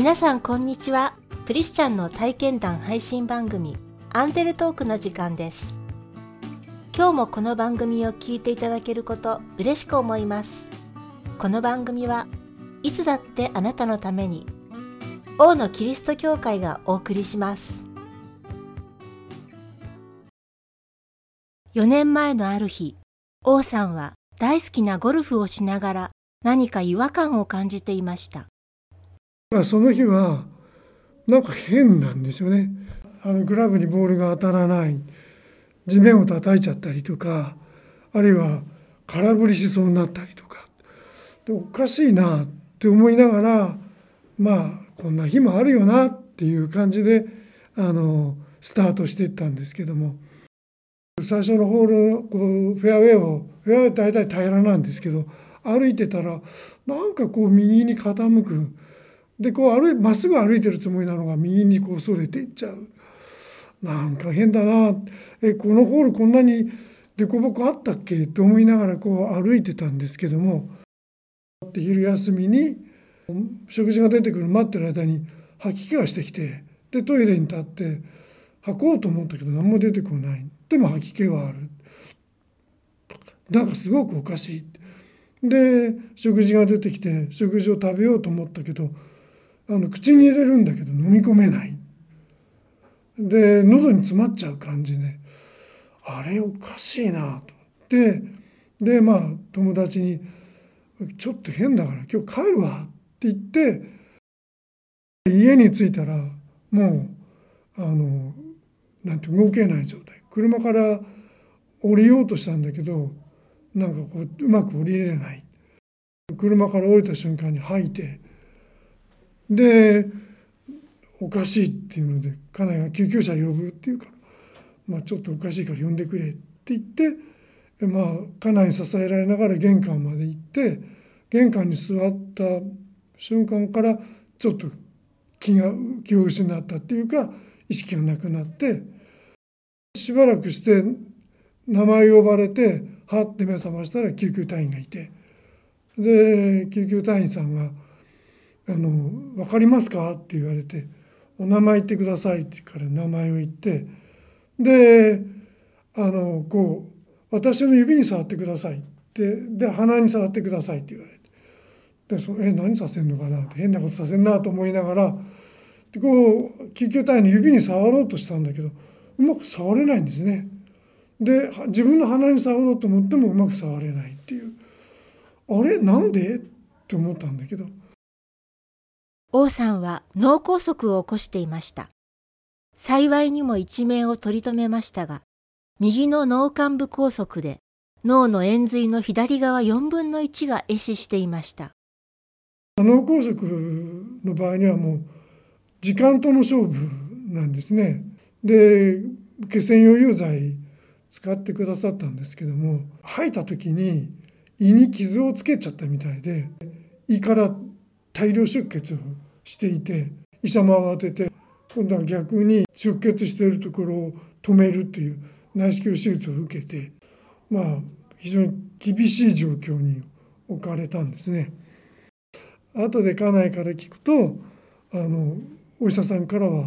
皆さんこんにちは。クリスチャンの体験談配信番組アンデルトークの時間です。今日もこの番組を聞いていただけること嬉しく思います。この番組はいつだってあなたのために王のキリスト教会がお送りします。4年前のある日、王さんは大好きなゴルフをしながら何か違和感を感じていました。 その日はなんか変なんですよね。グラブにボールが当たらない、地面を叩いちゃったりとか、あるいは空振りしそうになったりとかで、おかしいなって思いながら、こんな日もあるよなっていう感じでスタートしていったんですけども、最初のホールのフェアウェイ大体平らなんですけど、歩いてたらなんか右に傾く。でまっすぐ歩いてるつもりなのが右にそれていっちゃう。なんか変だな、このホールこんなに凸凹あったっけと思いながら歩いてたんですけども、昼休みに食事が出てくる待ってる間に吐き気がしてきて、でトイレに立って吐こうと思ったけど何も出てこない。でも吐き気はある。なんかすごくおかしい。で食事が出てきて食事を食べようと思ったけど口に入れるんだけど飲み込めない。で喉に詰まっちゃう感じで、あれおかしいなと思って、で友達に「ちょっと変だから今日帰るわ」って言って家に着いたらもうなんて動けない状態。車から降りようとしたんだけどなんかうまく降りれない。車から降りた瞬間に吐いて、でおかしいっていうので家内が救急車呼ぶっていうから、ちょっとおかしいから呼んでくれって言って、家内に支えられながら玄関まで行って、玄関に座った瞬間からちょっと気を失ったっていうか意識がなくなって、しばらくして名前呼ばれてはって目覚ましたら救急隊員がいて、で救急隊員さんが分かりますかって言われて、お名前言ってくださいって言うから名前を言って、で私の指に触ってくださいって、で鼻に触ってくださいって言われて、で何させんのかなって、変なことさせんなと思いながら、で救急隊員の指に触ろうとしたんだけどうまく触れないんですね。で自分の鼻に触ろうと思ってもうまく触れないっていう、あれなんでって思ったんだけど、 王さんは脳梗塞を起こしていました。幸いにも一命を取り留めましたが、右の脳幹部梗塞で脳の延髄の左側4分の1が壊死していました。 脳梗塞の場合にはもう時間との勝負なんですね。で血栓溶融剤使ってくださったんですけども、吐いた時に胃に傷をつけちゃったみたいで、胃から大量出血をしていて、医者も慌てて今度は逆に出血しているところを止めるという内視鏡手術を受けて、非常に厳しい状況に置かれたんですね。後で家内から聞くとお医者さんからは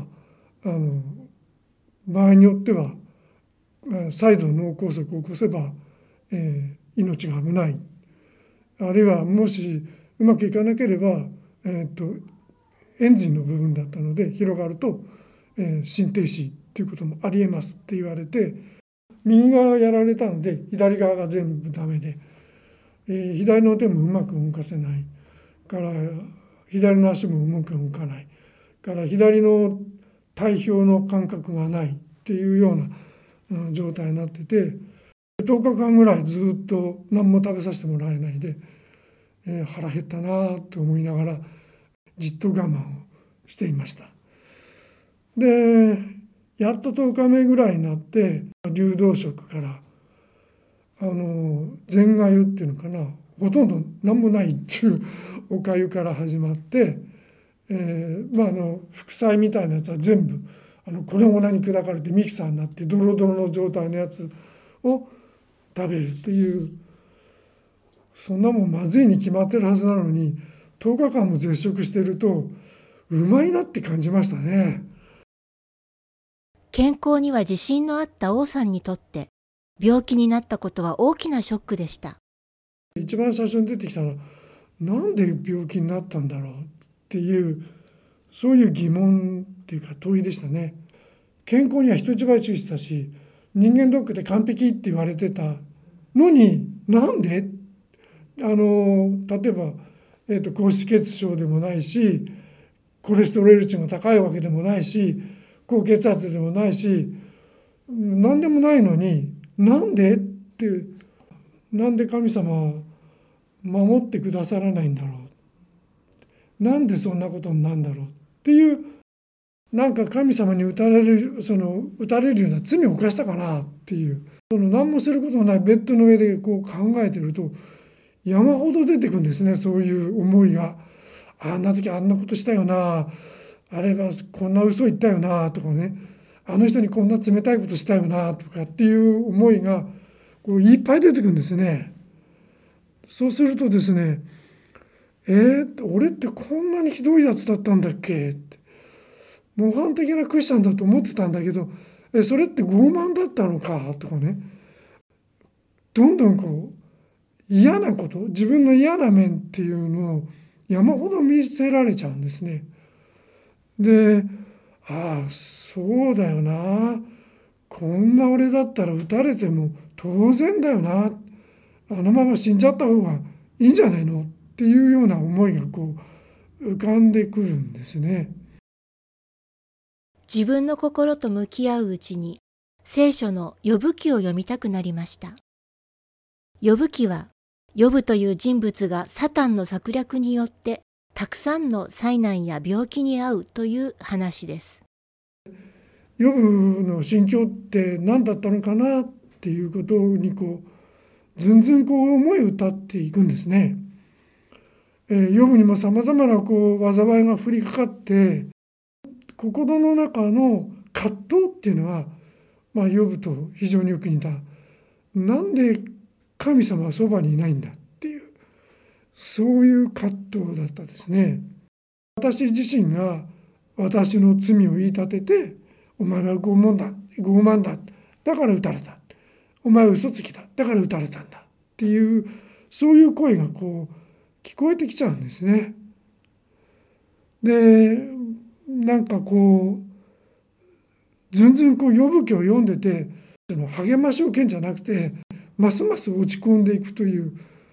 場合によっては再度脳梗塞を起こせば、命が危ない、あるいはもしうまくいかなければ、延髄の部分だったので広がると、心停止っていうこともありえますって言われて、右側やられたので左側が全部ダメで、左の手もうまく動かせないから左の足もうまく動かないから左の体表の感覚がないっていうような状態になってて、10日間ぐらいずっと何も食べさせてもらえないで、腹減ったなと思いながらじっと我慢をしていました。でやっと10日目ぐらいになって流動食から全粥っていうのかな、ほとんど何もないっていうお粥から始まって、副菜みたいなやつは全部粉々に砕かれてミキサーになってドロドロの状態のやつを食べるっていう、そんなもんまずいに決まってるはずなのに10日間も絶食してるとうまいなって感じましたね。 健康には自信のあった王さんにとって、病気になったことは大きなショックでした。 一番最初に出てきたのは、なんで病気になったんだろうっていう、そういう疑問っていうか問いでしたね。健康には人一倍注意してたし、人間ドックで完璧って言われてたのに、なんで例えば、高脂血症でもないし、コレステロール値が高いわけでもないし、高血圧でもないし、何でもないのに、なんでって、なんで神様は守ってくださらないんだろう。なんでそんなことになるんだろうっていう、なんか神様に打たれるような罪を犯したかなっていう、何もすることのないベッドの上でこう考えてると、山ほど出てくるんですね、そういう思いが。あんな時あんなことしたよな、あれはこんな嘘言ったよなとかね、あの人にこんな冷たいことしたよなとかっていう思いがこういっぱい出てくるんですね。そうするとですね、俺ってこんなにひどいやつだったんだっけって、模範的なクリスチャンだと思ってたんだけど、それって傲慢だったのかとかね、どんどんこう嫌なこと、自分の嫌な面っていうのを山ほど見せられちゃうんですね。で、ああそうだよな、こんな俺だったら撃たれても当然だよな、あのまま死んじゃった方がいいんじゃないのっていうような思いがこう浮かんでくるんですね。 自分の心と向き合ううちに、聖書のヨブ記を読みたくなりました。ヨブ記は、ヨブという人物がサタンの策略によってたくさんの災難や病気に遭うという話です。 ヨブの心境って何だったのかなっていうことにこうずんずんこう思いを歌っていくんですね。ヨブにもさまざまなこう災いが降りかかって、心の中の葛藤っていうのは、ヨブと非常によく似た。なんで神様はそばにいないんだっていう、そういう葛藤だったですね。私自身が私の罪を言い立てて、お前は傲慢だ、だから撃たれた。お前は嘘つきだ、だから撃たれたんだっていう、そういう声がこう聞こえてきちゃうんですね。で、なんかこうずんずんこうヨブ記を読んでて、励ましを受けんじゃなくて、ますます落ち込んでいくという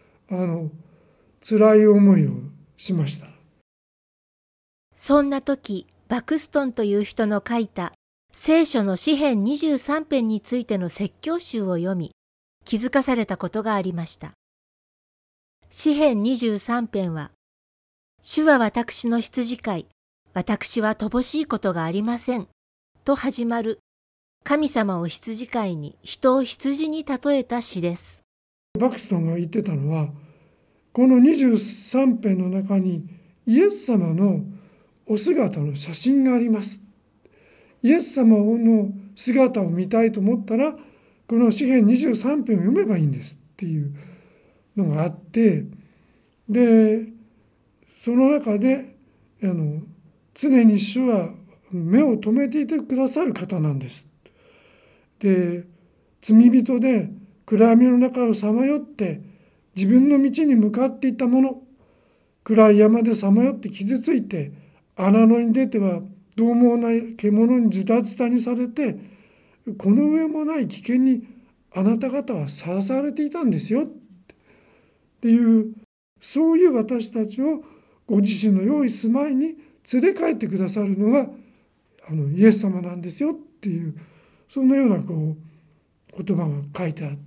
辛い思いをしました。 そんな時、バクストンという人の書いた聖書の詩編23編についての説教集を読み、気づかされたことがありました。詩編23編は、主は私の羊飼い、私は乏しいことがありません、と始まる、神様を羊飼いに人を羊に例えた詩です。 バクストンが言ってたのは、この23編の中にイエス様のお姿の写真があります。イエス様の姿を見たいと思ったら、この詩編23編を読めばいいんですっていうのがあって、でその中で常に主は目を留めていてくださる方なんです。で、罪人で暗闇の中をさまよって自分の道に向かっていった者、暗い山でさまよって傷ついて穴のに出てはどう猛ない獣にズタズタにされて、この上もない危険にあなた方はさらされていたんですよっていう、そういう私たちをご自身の良い住まいに連れ帰ってくださるのがイエス様なんですよっていう、そんなようなこう言葉が書いてあって、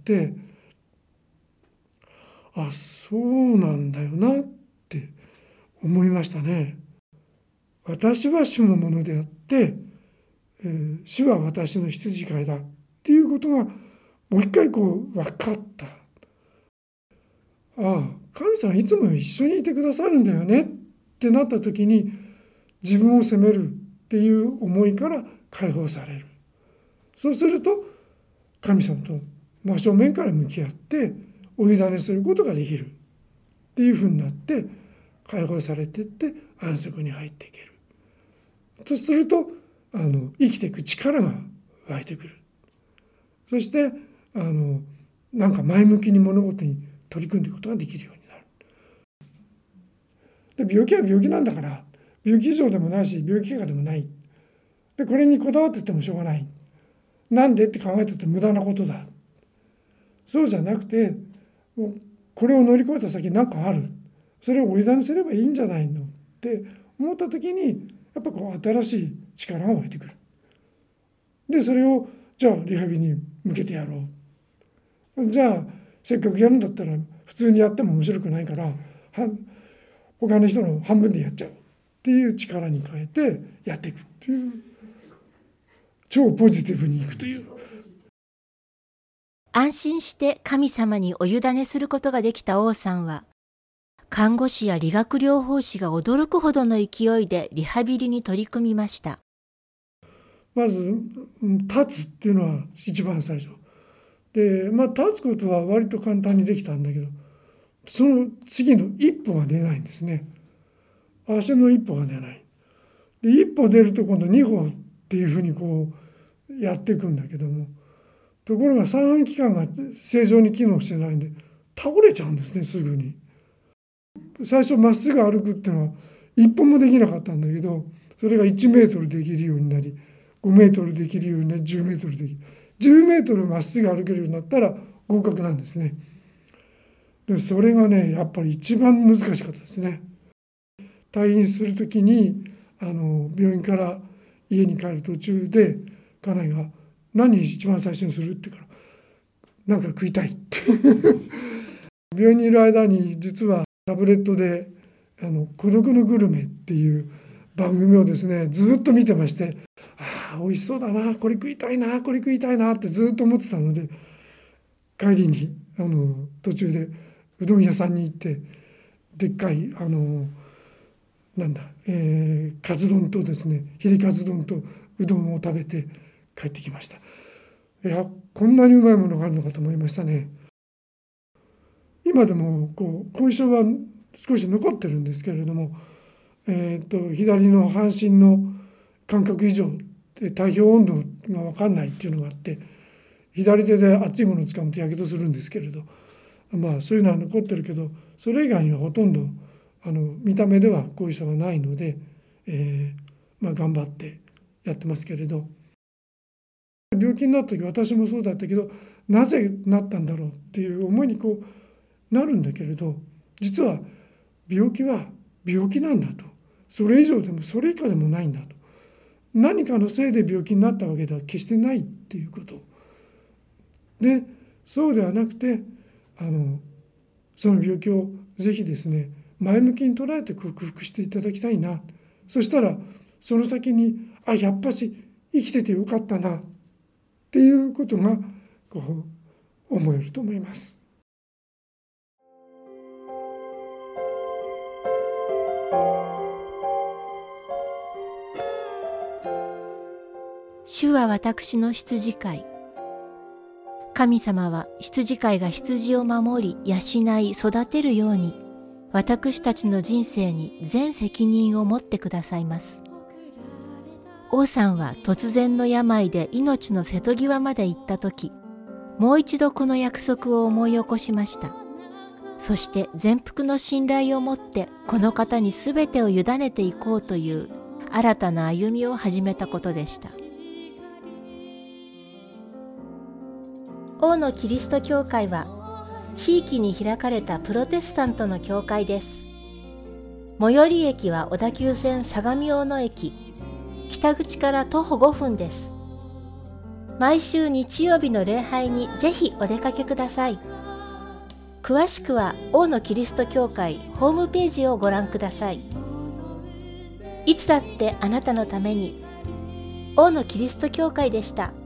あ、そうなんだよなって思いましたね。私は主のものであって、主は私の羊飼いだっていうことがもう一回こう分かった。ああ、神様いつも一緒にいてくださるんだよねってなった時に、自分を責めるっていう思いから解放される。そうすると神様と真正面から向き合ってお委ねすることができるっていうふうになって解放されていって安息に入っていける。 とすると生きていく力が湧いてくる。そしてなんか前向きに物事に取り組んでいくことができるようになる。で病気は病気なんだから、病気以上でもないし病気以下でもない。でこれにこだわっててもしょうがない。なんでって考えてて無駄なことだ。そうじゃなくて、もうこれを乗り越えた先何かある。それを追い出せればいいんじゃないのって思った時に、やっぱ新しい力が湧いてくる。でそれをじゃあリハビリに向けてやろう。じゃあせっかくやるんだったら普通にやっても面白くないから他の人の半分でやっちゃうっていう力に変えてやっていくっていう、超ポジティブにいくという。 安心して神様にお委ねすることができた王さんは、看護師や理学療法士が驚くほどの勢いでリハビリに取り組みました。 まず立つっていうのは一番最初で、立つことは割と簡単にできたんだけど、その次の一歩が出ないんですね。足の一歩が出ない。で一歩出ると今度二歩っていうふうにやっていくんだけども、ところが三半規管が正常に機能してないんで倒れちゃうんですね、すぐに。最初まっすぐ歩くっていうのは一歩もできなかったんだけど、それが1メートルできるようになり、5メートルできるようになり、10メートルできる。10メートルまっすぐ歩けるようになったら合格なんですね。でそれがね、やっぱり一番難しかったですね。退院する時に病院から家に帰る途中で家内が「何一番最初にする?」って言うから「なんか食いたい」って病院にいる間に実はタブレットで孤独のグルメっていう番組をですねずっと見てまして、ああ美味しそうだな、これ食いたいな、これ食いたいなってずっと思ってたので、帰りに途中でうどん屋さんに行ってでっかいカツ丼とですね、ひれカツ丼とうどんを食べて帰ってきました。いや、こんなにうまいものがあるのかと思いましたね。今でも後遺症は少し残ってるんですけれども、左の半身の感覚異常で体表温度が分かんないっていうのがあって、左手で熱いものをつかむとやけどするんですけれど、そういうのは残ってるけど、それ以外にはほとんど見た目では後遺症がないので、頑張ってやってますけれど、病気になった時私もそうだったけど、なぜなったんだろうっていう思いになるんだけれど、実は病気は病気なんだと、それ以上でもそれ以下でもないんだと、何かのせいで病気になったわけでは決してないっていうことで、そうではなくてその病気をぜひですね前向きに捉えて克服していただきたいな。そしたらその先にやっぱし生きててよかったなっていうことが思えると思います。 主は私の羊飼い。神様は羊飼いが羊を守り、養い、育てるように、私たちの人生に全責任を持ってくださいます。王さんは突然の病で命の瀬戸際まで行ったとき、もう一度この約束を思い起こしました。そして全幅の信頼を持ってこの方にすべてを委ねていこうという新たな歩みを始めたことでした。王のキリスト教会は地域に開かれたプロテスタントの教会です。最寄り駅は小田急線相模大野駅、北口から徒歩5分です。毎週日曜日の礼拝にぜひお出かけください。詳しくは王のキリスト教会ホームページをご覧ください。いつだってあなたのために、王のキリスト教会でした。